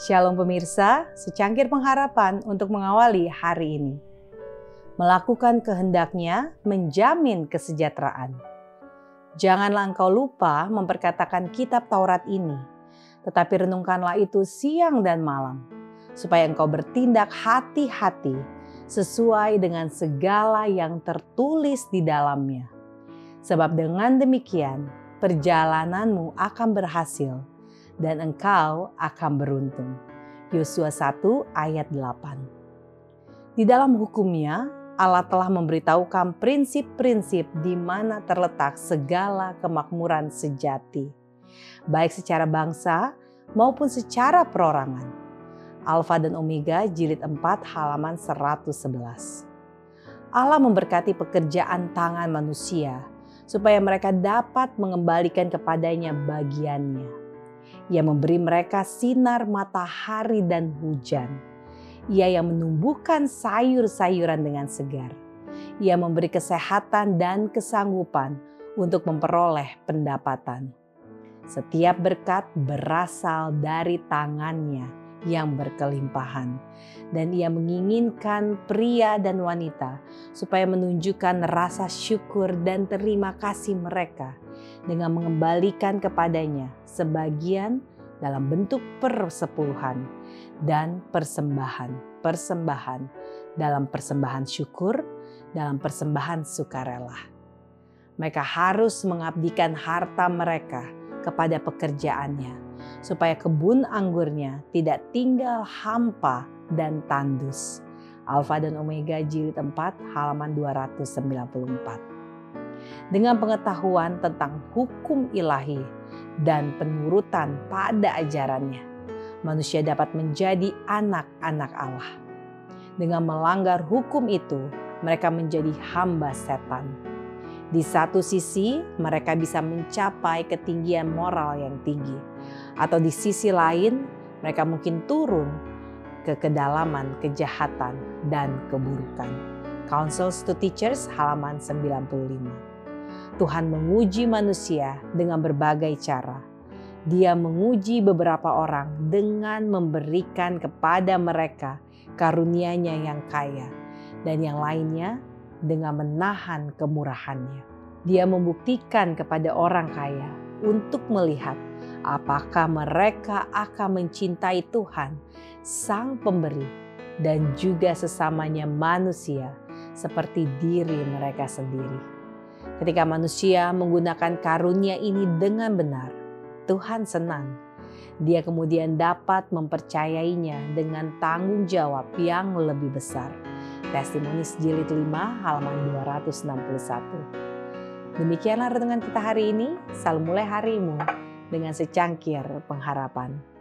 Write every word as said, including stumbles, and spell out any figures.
Shalom pemirsa, secangkir pengharapan untuk mengawali hari ini. Melakukan kehendaknya menjamin kesejahteraan. Janganlah engkau lupa memperkatakan kitab Taurat ini, tetapi renungkanlah itu siang dan malam, supaya engkau bertindak hati-hati sesuai dengan segala yang tertulis di dalamnya. Sebab dengan demikian perjalananmu akan berhasil dan engkau akan beruntung. Yosua satu ayat delapan. Di dalam hukumnya, Allah telah memberitahukan prinsip-prinsip di mana terletak segala kemakmuran sejati, baik secara bangsa maupun secara perorangan. Alfa dan Omega jilid empat halaman seratus sebelas. Allah memberkati pekerjaan tangan manusia supaya mereka dapat mengembalikan kepadanya bagiannya. Ia memberi mereka sinar matahari dan hujan. Ia yang menumbuhkan sayur-sayuran dengan segar. Ia memberi kesehatan dan kesanggupan untuk memperoleh pendapatan. Setiap berkat berasal dari tangannya yang berkelimpahan. Dan ia menginginkan pria dan wanita supaya menunjukkan rasa syukur dan terima kasih mereka dengan mengembalikan kepadanya sebagian dalam bentuk persepuluhan dan persembahan, persembahan dalam persembahan syukur, dalam persembahan sukarela. Mereka harus mengabdikan harta mereka kepada pekerjaannya, supaya kebun anggurnya tidak tinggal hampa dan tandus. Alfa dan Omega jilid empat halaman dua ratus sembilan puluh empat. Dengan pengetahuan tentang hukum ilahi dan penurutan pada ajarannya, manusia dapat menjadi anak-anak Allah. Dengan melanggar hukum itu, mereka menjadi hamba setan. Di satu sisi, mereka bisa mencapai ketinggian moral yang tinggi. Atau di sisi lain, mereka mungkin turun ke kedalaman kejahatan dan keburukan. Counsels to Teachers halaman sembilan puluh lima. Tuhan menguji manusia dengan berbagai cara. Dia menguji beberapa orang dengan memberikan kepada mereka karunia-Nya yang kaya, dan yang lainnya dengan menahan kemurahannya. Dia membuktikan kepada orang kaya untuk melihat apakah mereka akan mencintai Tuhan, Sang Pemberi, dan juga sesamanya manusia seperti diri mereka sendiri. Ketika manusia menggunakan karunia ini dengan benar, Tuhan senang. Dia kemudian dapat mempercayainya dengan tanggung jawab yang lebih besar. Testimonis jilid lima halaman dua ratus enam puluh satu. Demikianlah renungan kita hari ini. Selalu mulai harimu dengan secangkir pengharapan.